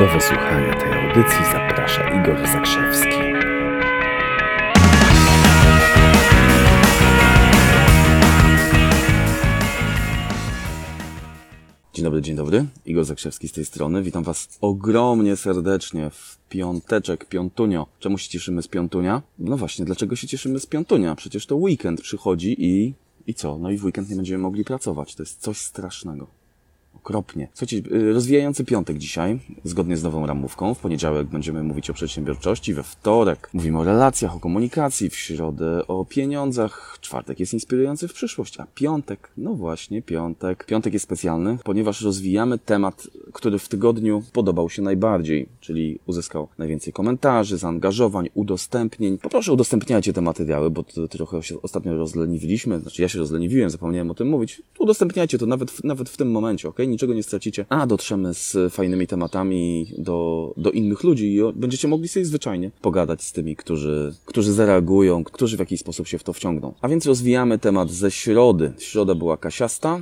Do wysłuchania tej audycji zaprasza Igor Zakrzewski. Dzień dobry. Igor Zakrzewski z tej strony. Witam Was ogromnie serdecznie w piąteczek, piątunio. Czemu się cieszymy z piątunia? No właśnie, dlaczego się cieszymy z piątunia? Przecież to weekend przychodzi i co? No i w weekend nie będziemy mogli pracować. To jest coś strasznego. Okropnie. Słuchajcie, rozwijający piątek dzisiaj, zgodnie z nową ramówką. W poniedziałek będziemy mówić o przedsiębiorczości, we wtorek mówimy o relacjach, o komunikacji, w środę o pieniądzach, czwartek jest inspirujący w przyszłość, a piątek, no właśnie piątek. Piątek jest specjalny, ponieważ rozwijamy temat, który w tygodniu podobał się najbardziej, czyli uzyskał najwięcej komentarzy, zaangażowań, udostępnień. Poproszę, udostępniajcie te materiały, bo to trochę się ostatnio rozleniwiliśmy, znaczy ja się rozleniwiłem, zapomniałem o tym mówić. Udostępniajcie to nawet w tym momencie, okej? Niczego nie stracicie, a dotrzemy z fajnymi tematami do innych ludzi i będziecie mogli sobie zwyczajnie pogadać z tymi, którzy zareagują, którzy w jakiś sposób się w to wciągną. A więc rozwijamy temat ze środy. Środa była kasiasta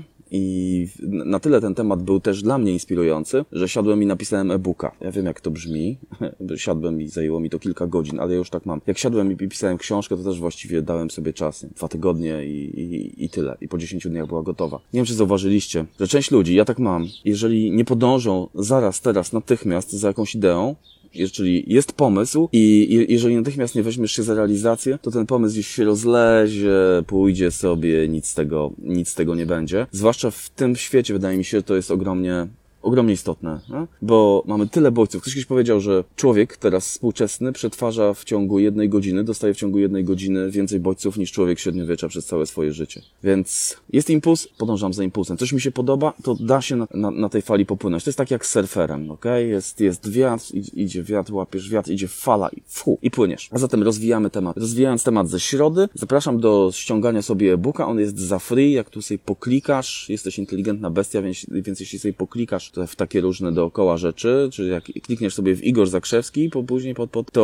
i na tyle ten temat był też dla mnie inspirujący, że siadłem i napisałem e-booka. Ja wiem, jak to brzmi. Siadłem i zajęło mi to kilka godzin, ale ja już tak mam. Jak siadłem i pisałem książkę, to też właściwie dałem sobie czas. 2 tygodnie i tyle. I po 10 dniach była gotowa. Nie wiem, czy zauważyliście, że część ludzi, ja tak mam, jeżeli nie podążą zaraz, teraz, natychmiast za jakąś ideą, czyli jest pomysł i jeżeli natychmiast nie weźmiesz się za realizację, to ten pomysł gdzieś się rozlezie, pójdzie sobie, nic z tego nie będzie. Zwłaszcza w tym świecie, wydaje mi się, że to jest ogromnie istotne, no? Bo mamy tyle bodźców. Ktoś kiedyś powiedział, że człowiek teraz współczesny przetwarza w ciągu 1 godziny, dostaje w ciągu 1 godziny więcej bodźców niż człowiek średniowiecza przez całe swoje życie. Więc jest impuls, podążam za impulsem. Coś mi się podoba, to da się na tej fali popłynąć. To jest tak jak z surferem, okej? Jest wiatr, idzie wiatr, łapiesz wiatr, idzie fala i płyniesz. A zatem rozwijamy temat. Rozwijając temat ze środy, zapraszam do ściągania sobie e-booka. On jest za free, jak tu sobie poklikasz, jesteś inteligentna bestia, więc jeśli sobie poklikasz w takie różne dookoła rzeczy, czyli jak klikniesz sobie w Igor Zakrzewski, później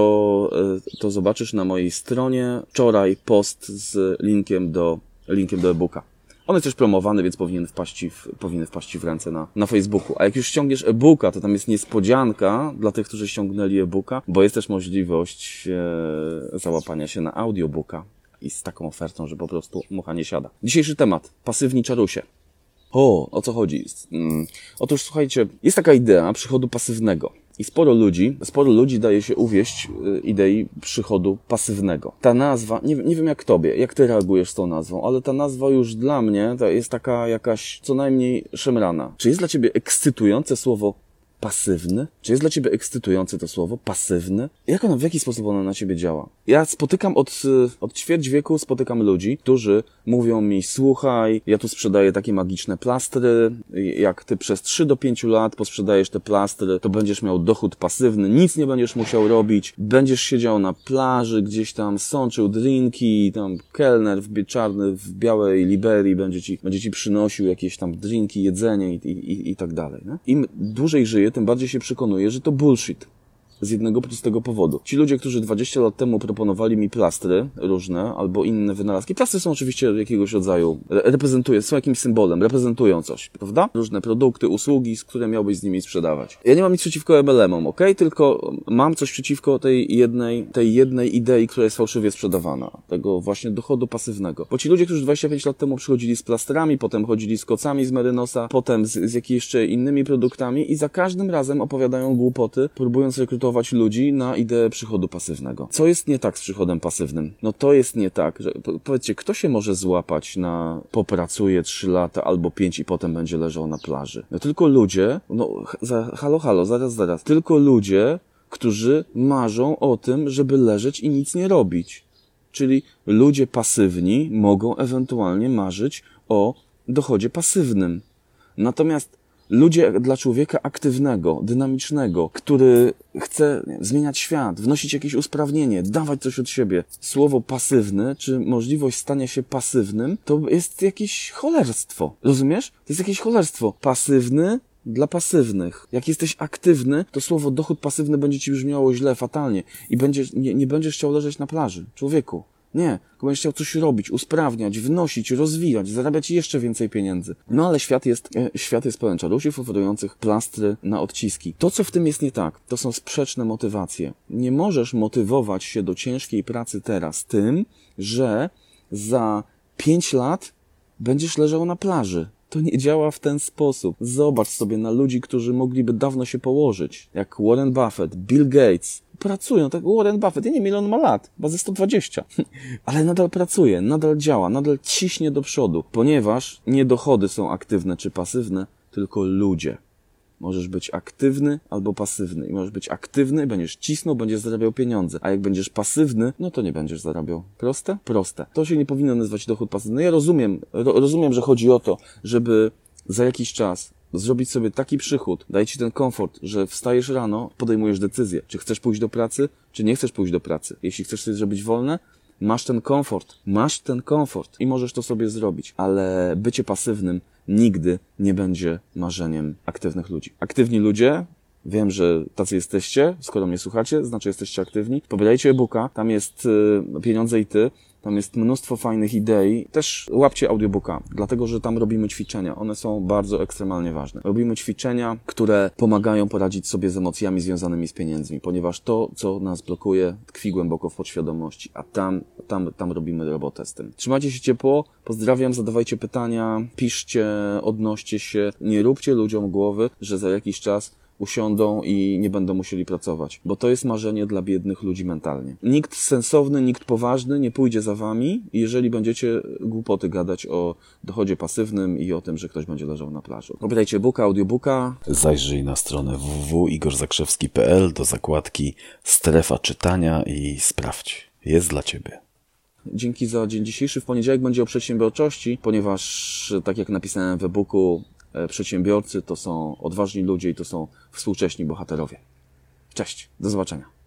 to zobaczysz na mojej stronie wczoraj post z linkiem do e-booka. On jest też promowany, więc powinien wpaść w ręce na Facebooku. A jak już ściągniesz e-booka, to tam jest niespodzianka dla tych, którzy ściągnęli e-booka, bo jest też możliwość załapania się na audiobooka i z taką ofertą, że po prostu mucha nie siada. Dzisiejszy temat. Pasywni czarusie. O co chodzi? Otóż słuchajcie, jest taka idea przychodu pasywnego i sporo ludzi daje się uwieść idei przychodu pasywnego. Ta nazwa, nie wiem jak ty reagujesz z tą nazwą, ale ta nazwa już dla mnie to jest taka jakaś co najmniej szemrana. Czy jest dla ciebie ekscytujące słowo pasywny? Czy jest dla ciebie ekscytujące to słowo pasywny? W jaki sposób ono na ciebie działa? Ja spotykam od ćwierć wieku ludzi, którzy mówią mi: słuchaj, ja tu sprzedaję takie magiczne plastry, jak ty przez 3 do 5 lat posprzedajesz te plastry, to będziesz miał dochód pasywny, nic nie będziesz musiał robić, będziesz siedział na plaży, gdzieś tam sączył drinki, tam kelner czarny w białej Liberii będzie ci przynosił jakieś tam drinki, jedzenie i tak dalej. Nie? Im dłużej żyję, tym bardziej się przekonuję, że to bullshit. Z jednego prostego powodu. Ci ludzie, którzy 20 lat temu proponowali mi plastry różne albo inne wynalazki. Plastry są oczywiście jakiegoś rodzaju, są jakimś symbolem, reprezentują coś, prawda? Różne produkty, usługi, które miałbyś z nimi sprzedawać. Ja nie mam nic przeciwko MLM-om, okej? Tylko mam coś przeciwko tej jednej idei, która jest fałszywie sprzedawana. Tego właśnie dochodu pasywnego. Bo ci ludzie, którzy 25 lat temu przychodzili z plastrami, potem chodzili z kocami z Merynosa, potem z jakimiś jeszcze innymi produktami i za każdym razem opowiadają głupoty, próbując rekrutować ludzi na ideę przychodu pasywnego. Co jest nie tak z przychodem pasywnym? No to jest nie tak, że powiedzcie, kto się może złapać na popracuje 3 lata albo 5 i potem będzie leżał na plaży? No tylko ludzie, halo, zaraz. Tylko ludzie, którzy marzą o tym, żeby leżeć i nic nie robić. Czyli ludzie pasywni mogą ewentualnie marzyć o dochodzie pasywnym. Natomiast ludzie dla człowieka aktywnego, dynamicznego, który chce zmieniać świat, wnosić jakieś usprawnienie, dawać coś od siebie. Słowo pasywny, czy możliwość stania się pasywnym, to jest jakieś cholerstwo. Rozumiesz? To jest jakieś cholerstwo. Pasywny dla pasywnych. Jak jesteś aktywny, to słowo dochód pasywny będzie ci brzmiało źle, fatalnie i nie będziesz chciał leżeć na plaży. Człowieku. Nie, tylko będziesz chciał coś robić, usprawniać, wnosić, rozwijać, zarabiać jeszcze więcej pieniędzy. No ale świat jest pełen czarusiów oferujących plastry na odciski. To, co w tym jest nie tak, to są sprzeczne motywacje. Nie możesz motywować się do ciężkiej pracy teraz tym, że za 5 lat będziesz leżał na plaży. To nie działa w ten sposób. Zobacz sobie na ludzi, którzy mogliby dawno się położyć. Jak Warren Buffett, Bill Gates. Pracują, tak Warren Buffett, ja nie wiem ile on ma lat, chyba ze 120. Ale nadal pracuje, nadal działa, nadal ciśnie do przodu, ponieważ nie dochody są aktywne czy pasywne, tylko ludzie. Możesz być aktywny albo pasywny. I możesz być aktywny, będziesz cisnął, będziesz zarabiał pieniądze. A jak będziesz pasywny, no to nie będziesz zarabiał. Proste? Proste. To się nie powinno nazywać dochód pasywny. Ja rozumiem, że chodzi o to, żeby za jakiś czas zrobić sobie taki przychód, daje ci ten komfort, że wstajesz rano, podejmujesz decyzję, czy chcesz pójść do pracy, czy nie chcesz pójść do pracy. Jeśli chcesz sobie zrobić wolne, masz ten komfort i możesz to sobie zrobić. Ale bycie pasywnym nigdy nie będzie marzeniem aktywnych ludzi. Aktywni ludzie, wiem, że tacy jesteście, skoro mnie słuchacie, znaczy jesteście aktywni. Pobierajcie e-booka, tam jest Pieniądze i Ty, tam jest mnóstwo fajnych idei. Też łapcie audiobooka, dlatego, że tam robimy ćwiczenia. One są bardzo ekstremalnie ważne. Robimy ćwiczenia, które pomagają poradzić sobie z emocjami związanymi z pieniędzmi, ponieważ to, co nas blokuje, tkwi głęboko w podświadomości, a tam robimy robotę z tym. Trzymajcie się ciepło, pozdrawiam, zadawajcie pytania, piszcie, odnoście się, nie róbcie ludziom głowy, że za jakiś czas usiądą i nie będą musieli pracować, bo to jest marzenie dla biednych ludzi mentalnie. Nikt sensowny, nikt poważny nie pójdzie za wami, jeżeli będziecie głupoty gadać o dochodzie pasywnym i o tym, że ktoś będzie leżał na plaży. Pobierajcie e-booka, audiobooka. Zajrzyj na stronę www.igorzakrzewski.pl do zakładki Strefa czytania i sprawdź. Jest dla Ciebie. Dzięki za dzień dzisiejszy. W poniedziałek będzie o przedsiębiorczości, ponieważ, tak jak napisałem w e-booku, przedsiębiorcy to są odważni ludzie i to są współcześni bohaterowie. Cześć, do zobaczenia.